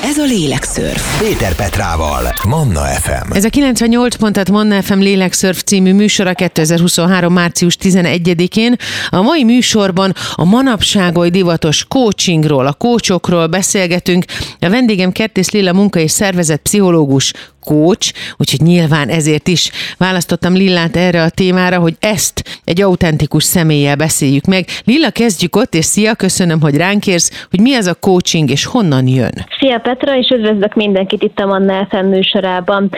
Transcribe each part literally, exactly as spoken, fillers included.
Ez a Lélekszörf. Péter Petrával, Manna ef em. Ez a kilencvennyolc pont Manna ef em Lélekszörf című műsora kétezer-huszonhárom. március tizenegyedikén. A mai műsorban a manapság oly divatos coachingról, a coachokról beszélgetünk. A vendégem Kertész Lilla munka- és szervezetpszichológus, coach, úgyhogy nyilván ezért is választottam Lillát erre a témára, hogy ezt egy autentikus személlyel beszéljük meg. Lilla, kezdjük ott, és szia, köszönöm, hogy ránk érsz, hogy mi az a coaching, és honnan jön? Szia Petra, és üdvözlök mindenkit itt a Manna ef em műsorában.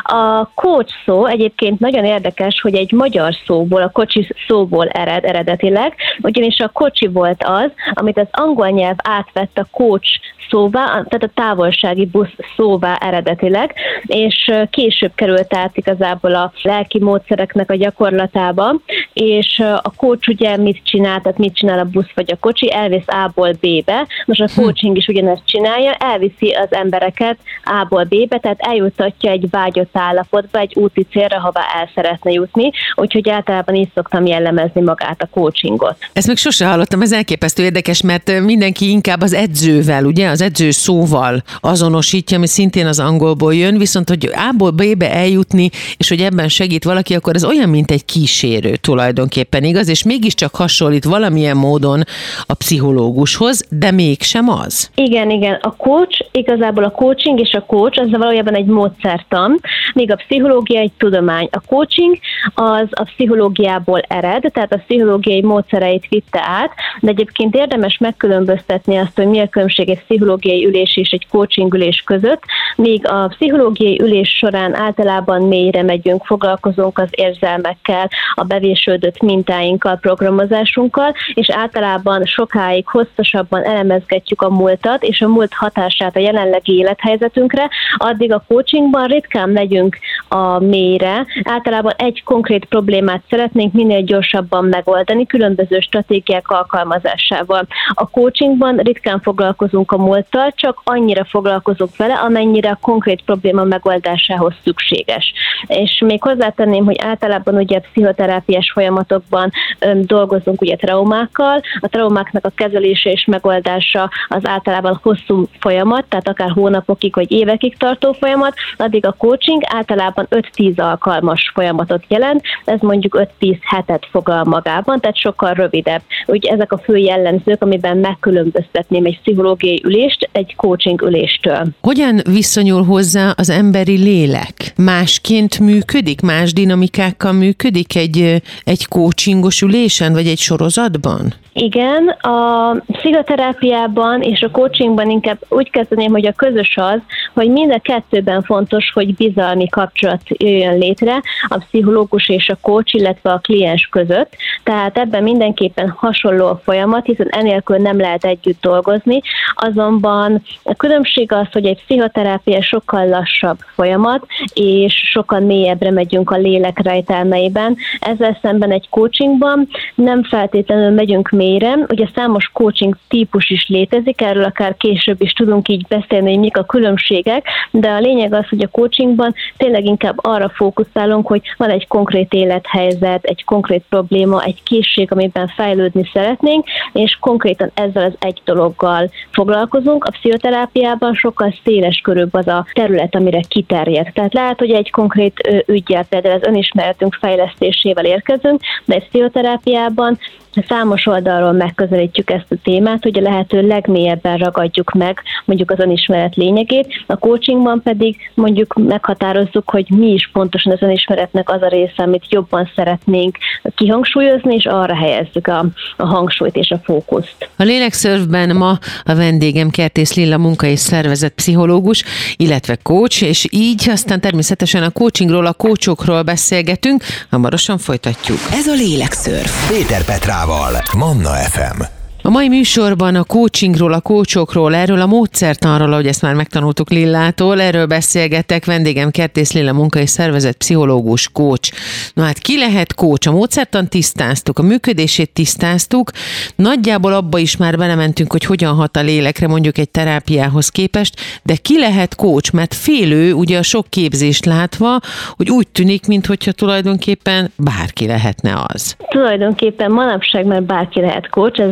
A coach szó egyébként nagyon érdekes, hogy egy magyar szóból, a kocsi szóból ered eredetileg, ugyanis a kocsi volt az, amit az angol nyelv átvett a coach szóvá, tehát a távolsági busz szóvá eredetileg, és később került át igazából a lelki módszereknek a gyakorlatába, és a coach ugye mit csinál, tehát mit csinál a busz vagy a kocsi, elvisz A-ból B-be, most a coaching is ugyanezt csinálja, elviszi az embereket A-ból B-be, tehát eljuttatja egy vágyott állapotba, egy úti célra, hová el szeretne jutni, úgyhogy általában így szoktam jellemezni magát a coachingot. Ezt még sose hallottam, ez elképesztő érdekes, mert mindenki inkább az edzővel, ugye, az edző szóval azonosítja, ami szintén az angolból jön, viszont hogy A-ból B-be eljutni, és hogy ebben segít valaki, akkor ez olyan, mint egy kísérő tulajdonképpen, igaz? És mégiscsak hasonlít valamilyen módon a pszichológushoz, de mégsem az. Igen, igen. A coach, igazából a coaching és a coach, az valójában egy módszertan, míg a pszichológia egy tudomány. A coaching az a pszichológiából ered, tehát a pszichológiai módszereit vitte át, de egyébként érdemes megkülönböztetni azt, hogy mi a különbség egy pszichológiai ülés és egy coaching ülés között, míg a pszichológiai ülés során általában mélyre megyünk, foglalkozunk az érzelmekkel, a bevésődött mintáinkkal, programozásunkkal, és általában sokáig, hosszasabban elemezgetjük a múltat, és a múlt hatását a jelenlegi élethelyzetünkre, addig a coachingban ritkán megyünk a mélyre, általában egy konkrét problémát szeretnénk minél gyorsabban megoldani, különböző stratégiák alkalmazásával. A coachingban ritkán foglalkozunk a múlttal, csak annyira foglalkozunk vele, amennyire a konkrét probléma megoldásához szükséges. És még hozzátenném, hogy általában ugye pszichoterápiás folyamatokban öm, dolgozunk ugye traumákkal, a traumáknak a kezelése és megoldása az általában hosszú folyamat, tehát akár hónapokig vagy évekig tartó folyamat, addig a coaching általában öt-tíz alkalmas folyamatot jelent, ez mondjuk öt-tíz hetet foglal magában, tehát sokkal rövidebb. Úgy ezek a fő jellemzők, amiben megkülönböztetném egy pszichológiai ülést egy coaching üléstől. Hogyan viszonyul hozzá az emberi lélek? Másként működik? Más dinamikákkal működik egy, egy coachingos ülésen, vagy egy sorozatban? Igen, a pszichoterápiában és a coachingban inkább úgy kezdeném, hogy a közös az, hogy mind a kettőben fontos, hogy bizalmi kapcsolat jöjjön létre a pszichológus és a coach, illetve a kliens között. Tehát ebben mindenképpen hasonló a folyamat, hiszen enélkül nem lehet együtt dolgozni, azonban a különbség az, hogy egy pszichoterápia sokkal lassabb folyamat, és sokkal mélyebbre megyünk a lélek rejtelmeiben. Ezzel szemben egy coachingban nem feltétlenül megyünk mélyre, ugye számos coaching típus is létezik, erről akár később is tudunk így beszélni, hogy mik a különbségek, de a lényeg az, hogy a coachingban tényleg inkább arra fókuszálunk, hogy van egy konkrét élethelyzet, egy konkrét probléma, egy készség, amiben fejlődni szeretnénk, és konkrétan ezzel az egy dologgal foglalkozunk. A pszichoterápiában sokkal széles körűbb az a terület, amire kiterjed. Tehát lehet, hogy egy konkrét üggyel, például az önismeretünk fejlesztésével érkezünk, de egy pszichoterápiában számos oldalról megközelítjük ezt a témát, hogy a lehető legmélyebben ragadjuk meg mondjuk az önismeret lényegét, a coachingban pedig mondjuk meghatározzuk, hogy mi is pontosan az önismeretnek az a része, amit jobban szeretnénk kihangsúlyozni, és arra helyezzük a, a hangsúlyt és a fókuszt. A Lélekszörfben ma a vendégem Kertész Lilla munka- és szervezetpszichológus, illetve coach, és így aztán természetesen a coachingról, a coachokról beszélgetünk, hamarosan folytatjuk. Ez a Lélekszörf. Péter Petrával, Manna ef em. A mai műsorban a coachingról, a coachokról, erről a módszertanról, ahogy ezt már megtanultuk Lillától, erről beszélgetek. Vendégem Kertész Lilla munka- és szervezetpszichológus, coach. Na hát ki lehet coach? A módszertant tisztáztuk, a működését tisztáztuk, nagyjából abba is már belementünk, hogy hogyan hat a lélekre mondjuk egy terápiához képest, de ki lehet coach? Mert félő, ugye a sok képzést látva, hogy úgy tűnik, minthogyha tulajdonképpen bárki lehetne az. Tulajdonképpen manapság már bárki lehet coach, ez valóban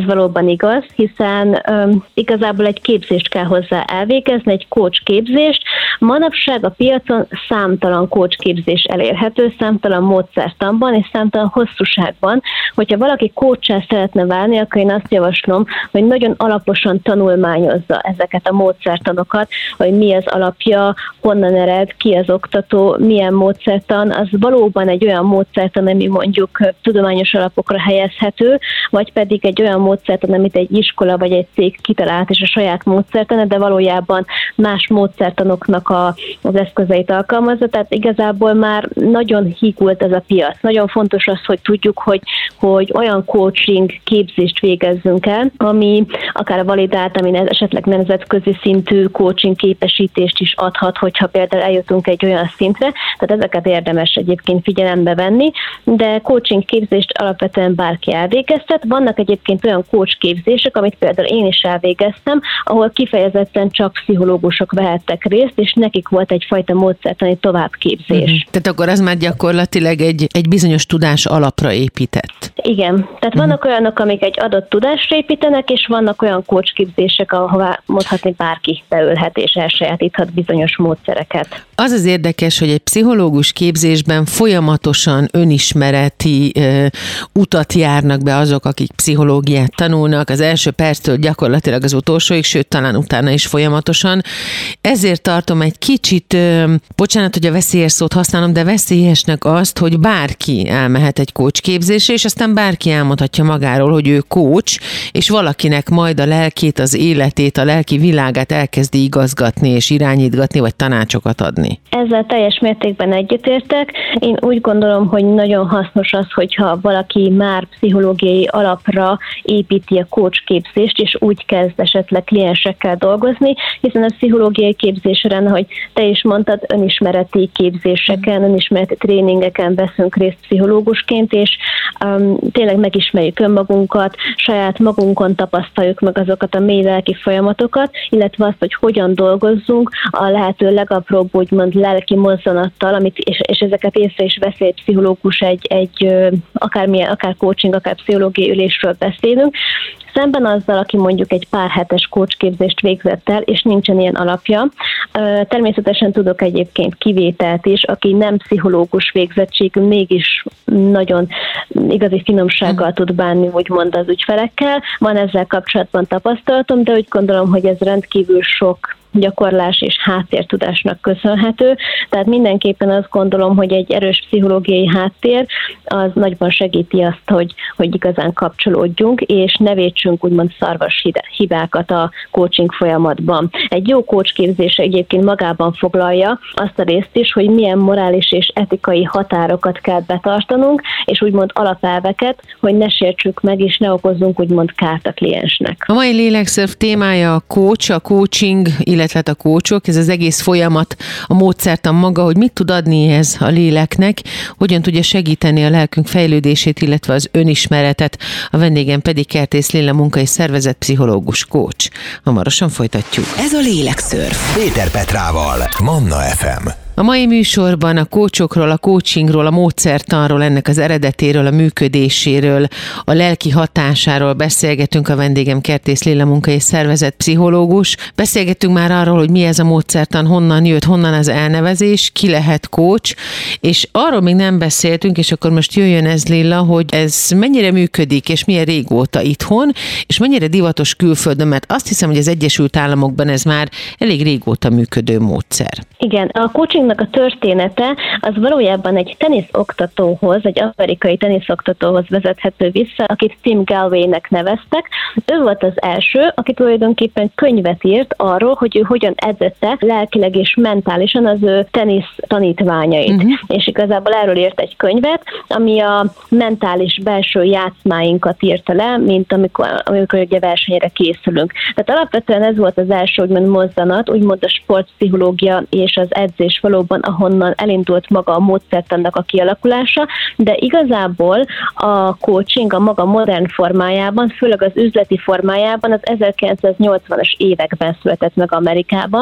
valóban igaz, hiszen um, igazából egy képzést kell hozzá elvégezni, egy coach képzést. Manapság a piacon számtalan coach képzés elérhető, számtalan módszertanban és számtalan hosszúságban. Hogyha valaki coachá szeretne válni, akkor én azt javaslom, hogy nagyon alaposan tanulmányozza ezeket a módszertanokat, hogy mi az alapja, honnan ered, ki az oktató, milyen módszertan, az valóban egy olyan módszertan, ami mondjuk tudományos alapokra helyezhető, vagy pedig egy olyan módszertan, amit egy iskola vagy egy cég kitalált, és a saját módszertan, de valójában más módszertanoknak a, az eszközeit alkalmazza. Tehát igazából már nagyon hígult ez a piac. Nagyon fontos az, hogy tudjuk, hogy, hogy olyan coaching képzést végezzünk el, ami akár validált, ami esetleg nemzetközi szintű coaching képesítést is adhat, hogyha például eljutunk egy olyan szintre, tehát ezeket érdemes egyébként figyelembe venni, de coaching képzést alapvetően bárki elvégeztet. Vannak egyébként olyan coach képzések, amit például én is elvégeztem, ahol kifejezetten csak pszichológusok vehettek részt, és nekik volt egyfajta módszertani továbbképzés. Uh-huh. Tehát akkor az már gyakorlatilag egy, egy bizonyos tudás alapra épített. Igen. Tehát uh-huh. vannak olyanok, amik egy adott tudásra építenek, és vannak olyan coach képzések, ahová mondhatni bárki beülhet és elsajátíthat bizonyos módszereket. Az az érdekes, hogy egy pszichológus képzésben folyamatosan önismereti ö, utat járnak be azok, akik pszichológiát tanulnak, az első perctől gyakorlatilag az utolsóig, sőt, talán utána is folyamatosan. Ezért tartom egy kicsit, ö, bocsánat, hogy a veszélyes szót használom, de veszélyesnek azt, hogy bárki elmehet egy coach képzésre, és aztán bárki elmondhatja magáról, hogy ő coach, és valakinek majd a lelkét, az életét, a lelki világát elkezdi igazgatni és irányítgatni, vagy tanácsokat adni. Ezzel teljes mértékben egyetértek. Én úgy gondolom, hogy nagyon hasznos az, hogyha valaki már pszichológiai alapra építi a coach képzést, és úgy kezd esetleg kliensekkel dolgozni, hiszen a pszichológiai képzésen, ahogy te is mondtad, önismereti képzéseken, önismereti tréningeken veszünk részt pszichológusként, és um, tényleg megismerjük önmagunkat, saját magunkon tapasztaljuk meg azokat a mély lelki folyamatokat, illetve azt, hogy hogyan dolgozzunk a lehető legapróbb, úgymond lelki mozzanattal, amit, és, és ezeket észre is veszi egy pszichológus, egy, egy akármilyen, akár coaching, akár pszichológiai ülésről beszélünk, szemben azzal, aki mondjuk egy pár hetes coach képzést végzett el, és nincsen ilyen alapja. Természetesen tudok egyébként kivételt is, aki nem pszichológus végzettség, mégis nagyon igazi finomsággal tud bánni, úgymond az ügyfelekkel. Van ezzel kapcsolatban tapasztalatom, de úgy gondolom, hogy ez rendkívül sok gyakorlás és háttértudásnak köszönhető. Tehát mindenképpen azt gondolom, hogy egy erős pszichológiai háttér az nagyban segíti azt, hogy, hogy igazán kapcsolódjunk, és ne vétsünk úgymond szarvas hibákat a coaching folyamatban. Egy jó coach képzése egyébként magában foglalja azt a részt is, hogy milyen morális és etikai határokat kell betartanunk, és úgymond alapelveket, hogy ne sértsük meg, és ne okozzunk úgymond kárt a kliensnek. A mai Lélekszörf témája a coach, a coaching, illetve a coachok, ez az egész folyamat, a módszertan maga, hogy mit tud adni ez a léleknek, hogyan tudja segíteni a lelkünk fejlődését, illetve az önismeretet. A vendégem pedig Kertész Lilla, munka- és szervezetpszichológus, coach. Hamarosan folytatjuk. Ez a Lélekszörf. Péter Petrával, Manna ef em. A mai műsorban a coachokról, a coachingról, a módszertanról, ennek az eredetéről, a működéséről, a lelki hatásáról beszélgetünk. A vendégem Kertész Lilla, munka- és szervezetpszichológus. Beszélgettünk már arról, hogy mi ez a módszertan, honnan jött, honnan az elnevezés, ki lehet coach, és arról még nem beszéltünk, és akkor most jöjjön ez, Lilla, hogy ez mennyire működik, és milyen régóta itthon, és mennyire divatos külföldön, mert azt hiszem, hogy az Egyesült Államokban ez már elég régóta működő módszer. Igen, a coachingnak a története az valójában egy teniszoktatóhoz, egy amerikai teniszoktatóhoz vezethető vissza, akit Tim Galway-nek neveztek. Ő volt az első, aki tulajdonképpen könyvet írt arról, hogy ő hogyan edzette lelkileg és mentálisan az ő tenisz tanítványait. Uh-huh. És igazából erről írt egy könyvet, ami a mentális belső játszmáinkat írta le, mint amikor, amikor ugye versenyre készülünk. Tehát alapvetően ez volt az első úgymond mozzanat, úgymond a sportpszichológia és az edzés valóban, ahonnan elindult maga a módszertannak a kialakulása, de igazából a coaching a maga modern formájában, főleg az üzleti formájában az ezerkilencszáznyolcvanas években született meg Amerikában,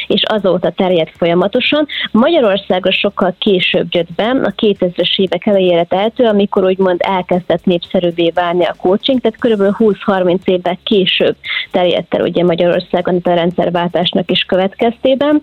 és azóta terjedt folyamatosan. Magyarországra sokkal később jött be, a kétezres évek elejére tehető, amikor úgymond elkezdett népszerűvé válni a coaching, tehát kb. húsz-harminc évvel később terjedt el ugye Magyarországon a rendszerváltásnak is következtében,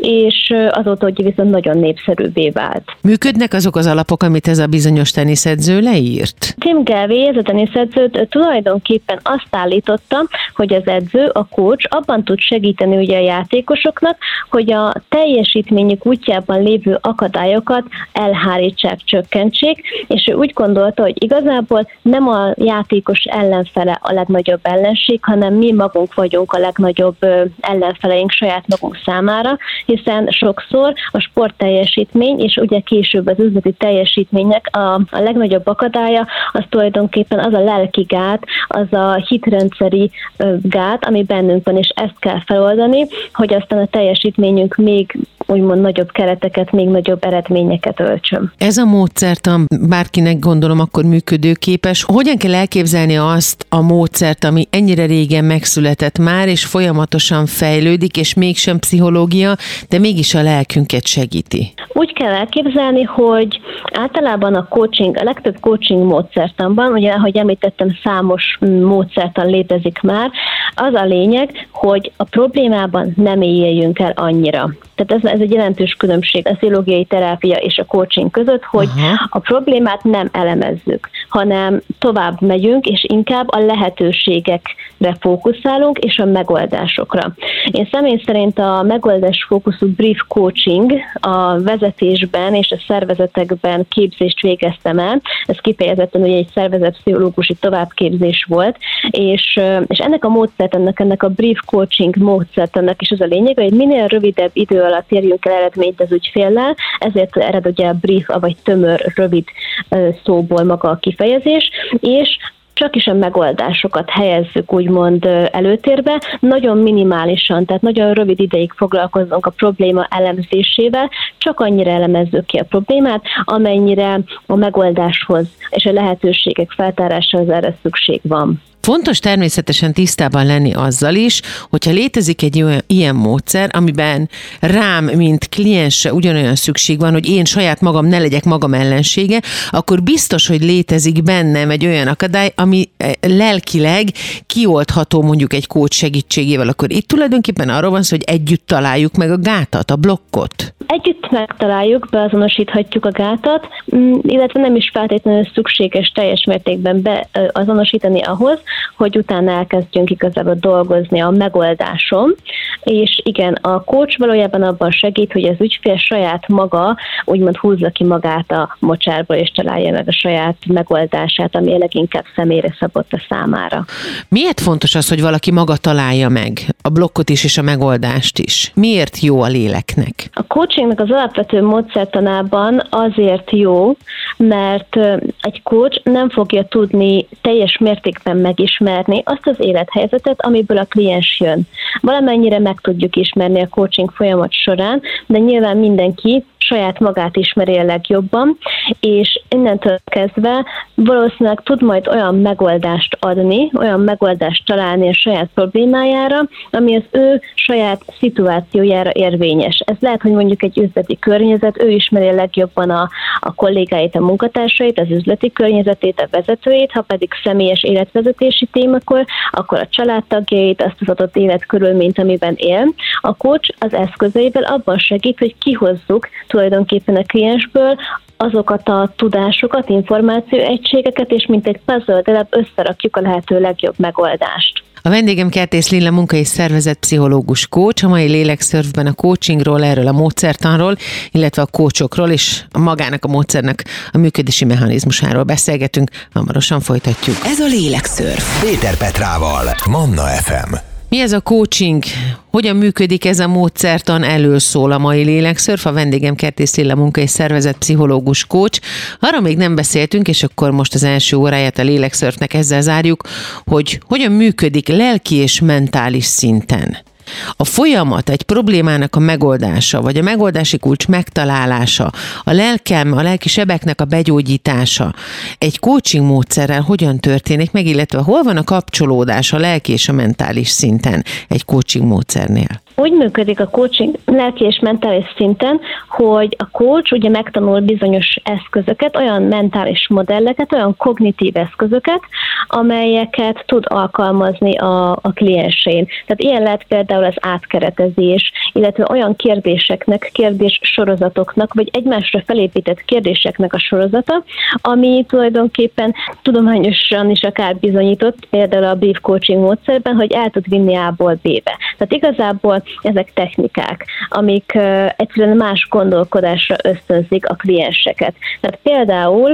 és azóta ugye viszont nagyon népszerűvé vált. Működnek azok az alapok, amit ez a bizonyos teniszedző leírt? Tim Galway, ez a teniszedző tulajdonképpen azt állította, hogy az edző, a coach abban tud segíteni ugye a játékosoknak, hogy a teljesítményük útjában lévő akadályokat elhárítsák, csökkentsék, és ő úgy gondolta, hogy igazából nem a játékos ellenfele a legnagyobb ellenség, hanem mi magunk vagyunk a legnagyobb ellenfeleink saját magunk számára, hiszen sokszor a sportteljesítmény és ugye később az üzleti teljesítménynek a, a legnagyobb akadálya az tulajdonképpen az a lelki gát, az a hitrendszeri gát, ami bennünk van, és ezt kell feloldani, hogy aztán a teljesítményünk még úgymond nagyobb kereteket, még nagyobb eredményeket öltsön. Ez a módszertan bárkinek gondolom akkor működőképes. Hogyan kell elképzelni azt a módszert, ami ennyire régen megszületett már, és folyamatosan fejlődik, és mégsem pszichológia, de mégis a lelkünket segíti? Úgy kell elképzelni, hogy általában a coaching, a legtöbb coaching módszertanban, ugye ahogy említettem, számos módszertan létezik már, az a lényeg, hogy a problémában nem éljünk el annyira. Tehát ez, ez egy jelentős különbség a pszichológiai terápia és a coaching között, hogy Aha. a problémát nem elemezzük, hanem tovább megyünk, és inkább a lehetőségekre fókuszálunk, és a megoldásokra. Én személy szerint a megoldás fókuszú brief coaching a vezetésben és a szervezetekben képzést végeztem el. Ez kifejezetten ugye egy szervezetpszichológusi továbbképzés volt, és, és ennek a módszertannak, ennek a brief coaching módszertannak is az a lényeg, hogy minél rövidebb idő alatt érjünk el eredményt az ügyféllel, ezért ered ugye a brief, vagy tömör, rövid szóból maga a kifejezés, és csak is a megoldásokat helyezzük úgymond előtérbe, nagyon minimálisan, tehát nagyon rövid ideig foglalkozunk a probléma elemzésével, csak annyira elemezzük ki a problémát, amennyire a megoldáshoz és a lehetőségek feltárásához erre szükség van. Fontos természetesen tisztában lenni azzal is, hogyha létezik egy olyan, ilyen módszer, amiben rám, mint kliensre ugyanolyan szükség van, hogy én saját magam ne legyek magam ellensége, akkor biztos, hogy létezik bennem egy olyan akadály, ami lelkileg kioldható mondjuk egy coach segítségével. Akkor itt tulajdonképpen arról van szó, hogy együtt találjuk meg a gátat, a blokkot. Együtt megtaláljuk, beazonosíthatjuk a gátat, illetve nem is feltétlenül szükséges teljes mértékben beazonosítani ahhoz, hogy utána elkezdjünk igazából dolgozni a megoldáson, és igen, a coach valójában abban segít, hogy az ügyfél saját maga úgymond húzza ki magát a mocsárból, és találja meg a saját megoldását, ami leginkább személyre szabott a számára. Miért fontos az, hogy valaki maga találja meg a blokkot is és a megoldást is? Miért jó a léleknek? A coachingnak az alapvető módszertanában azért jó, mert egy coach nem fogja tudni teljes mértékben megismerni azt az élethelyzetet, amiből a kliens jön. Valamennyire meg tudjuk ismerni a coaching folyamat során, de nyilván mindenki saját magát ismeri a legjobban, és innentől kezdve valószínűleg tud majd olyan megoldást adni, olyan megoldást találni a saját problémájára, ami az ő saját szituációjára érvényes. Ez lehet, hogy mondjuk egy üzleti környezet, ő ismeri a legjobban a, a kollégáit, a munkatársait, az üzleti környezetét, a vezetőjét, ha pedig személyes életvezetési témakor, akkor a családtagjait, azt az adott életkörülményt, amiben él. A coach az eszközeivel abban segít, hogy kihozzuk tulajdonképpen a kliensből azokat a tudásokat, információegységeket, és mint egy puzzle darab összerakjuk a lehető legjobb megoldást. A vendégem Kertész Lilla munka- és szervezetpszichológus coach, a mai Lélekszörfben a coachingról, erről a módszertanról, illetve a coachokról és a magának a módszernek a működési mechanizmusáról beszélgetünk. Hamarosan folytatjuk. Ez a Lélekszörf. Péter Petrával, Manna ef em. Mi ez a coaching? Hogyan működik ez a módszertan? Elől szól a mai Lélekszörf. A vendégem Kertész Lilla munka- és szervezetpszichológus coach. Arra még nem beszéltünk, és akkor most az első óráját a Lélekszörfnek ezzel zárjuk, hogy hogyan működik lelki és mentális szinten. A folyamat, egy problémának a megoldása, vagy a megoldási kulcs megtalálása, a lelkem, a lelki sebeknek a begyógyítása egy coaching módszerrel hogyan történik meg, illetve hol van a kapcsolódás a lelki és a mentális szinten egy coaching módszernél? Úgy működik a coaching lelki és mentális szinten, hogy a coach ugye megtanul bizonyos eszközöket, olyan mentális modelleket, olyan kognitív eszközöket, amelyeket tud alkalmazni a, a kliensén. Tehát ilyen lehet például az átkeretezés, illetve olyan kérdéseknek, kérdéssorozatoknak, vagy egymásra felépített kérdéseknek a sorozata, ami tulajdonképpen tudományosan is akár bizonyított, például a brief coaching módszerben, hogy el tud vinni A-ból B-be. Tehát igazából ezek technikák, amik uh, egyszerűen más gondolkodásra ösztönzik a klienseket. Tehát például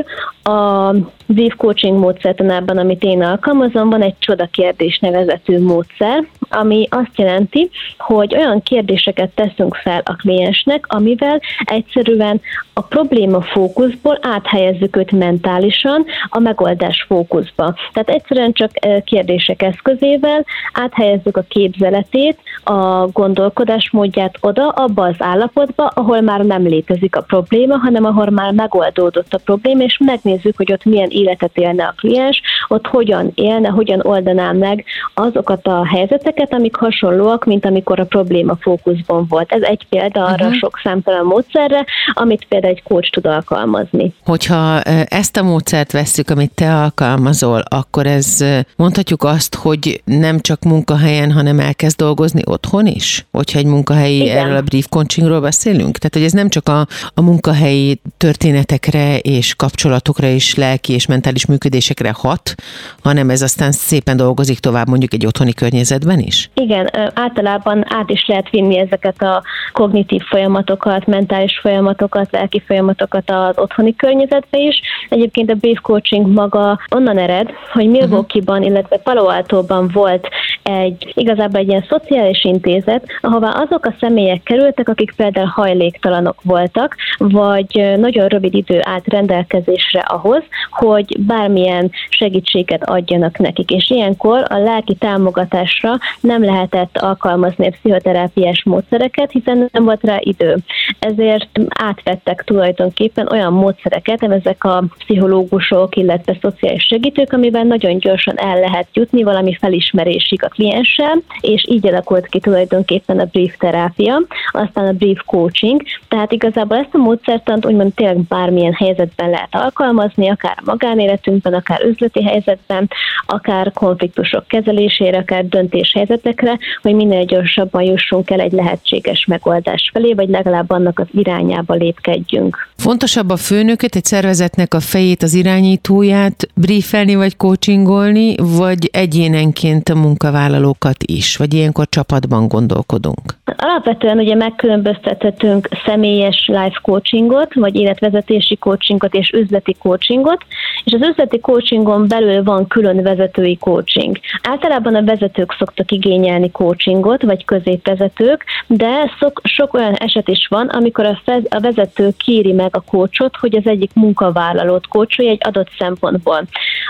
a brief coaching módszertanában, amit én alkalmazom, van egy csodakérdés nevezetű módszer, ami azt jelenti, hogy olyan kérdéseket teszünk fel a kliensnek, amivel egyszerűen a probléma fókuszból áthelyezzük őt mentálisan a megoldás fókuszba. Tehát egyszerűen csak kérdések eszközével áthelyezzük a képzeletét, a gondolkodásmódját oda, abba az állapotba, ahol már nem létezik a probléma, hanem ahol már megoldódott a probléma, és megnézzük, hogy ott milyen életet élne a kliens, ott hogyan élne, hogyan oldaná meg azokat a helyzeteket, amik hasonlóak, mint amikor a probléma fókuszban volt. Ez egy példa arra uh-huh. sok számtalan módszerre, amit például egy coach tud alkalmazni. Hogyha ezt a módszert vesszük, amit te alkalmazol, akkor ez mondhatjuk azt, hogy nem csak munkahelyen, hanem elkezd dolgozni otthon is? Hogyha egy munkahelyi, igen. erről a brief coachingról beszélünk? Tehát, hogy ez nem csak a, a munkahelyi történetekre és kapcsolatokra és lelki és mentális működésekre hat, hanem ez aztán szépen dolgozik tovább mondjuk egy otthoni környezetben is? Igen, általában át is lehet vinni ezeket a kognitív folyamatokat, mentális folyamatokat, lelki folyamatokat az otthoni környezetbe is. Egyébként a brief coaching maga onnan ered, hogy Milwaukee-ban, illetve Palo Altóban volt egy igazából egy ilyen szociális intézet, ahová azok a személyek kerültek, akik például hajléktalanok voltak, vagy nagyon rövid idő állt rendelkezésre ahhoz, hogy bármilyen segítséget adjanak nekik. És ilyenkor a lelki támogatásra nem lehetett alkalmazni a pszichoterápiás módszereket, hiszen nem volt rá idő. Ezért átvettek tulajdonképpen olyan módszereket, ezek a pszichológusok, illetve szociális segítők, amiben nagyon gyorsan el lehet jutni valami felismerésig a klienssel, és így alakult ki tulajdonképpen a brief terápia, aztán a brief coaching, tehát igazából ezt a módszertant úgymond tényleg bármilyen helyzetben lehet alkalmazni, akár a magánéletünkben, akár üzleti helyzetben, akár konfliktusok kezelésére, akár döntéshelyzetekre, hogy minél gyorsabban jussunk el egy lehetséges megoldás felé, vagy legalább annak az irányába lépkedjünk. Fontosabb a főnököt, egy szervezetnek a fejét, az irányítóját briefelni vagy coachingolni, vagy egyénenként a munkavállalókat is, vagy ilyenkor csapatban gondolkodunk? Alapvetően ugye megkülönböztethetünk személyes life coachingot, vagy életvezetési coachingot és üzleti coachingot, és az üzleti coachingon belül van külön vezetői coaching. Általában a vezetők szoktak igényelni coachingot, vagy középvezetők, de sok, sok olyan eset is van, amikor a, fez, a vezető kéri meg a coachot, hogy az egyik munkavállalót coacholja egy adott szempontból.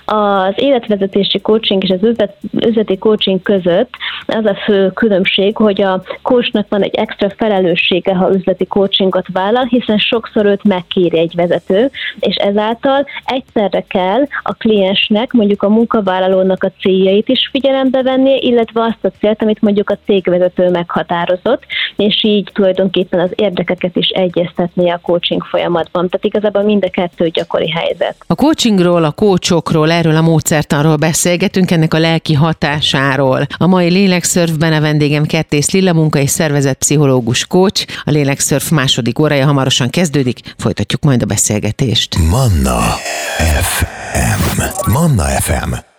Az életvezetési coaching és az üzlet, üzleti coaching között az a fő különbség, hogy a coachnak van egy extra felelőssége, ha üzleti coachingot vállal, hiszen sokszor őt megkéri egy vezető, és ezáltal egyszerre kell a kliensnek, mondjuk a munkavállalónak a céljait is figyelembe vennie, illetve azt a célt, amit mondjuk a cégvezető meghatározott, és így tulajdonképpen az érdekeket is egyeztetnie a coaching folyamatban. Tehát igazából mind a kettő gyakori helyzet. A coachingról, a coachokról, erről a módszertanról beszélgetünk, ennek a lelki hatásáról. A mai Lélekszörfben a vendégem Kertész Lilla, munka- és szervezetpszichológus coach. A Lélekszörf második órája hamarosan kezdődik, folytatjuk majd a beszélgetést. Manna ef em. Manna ef em.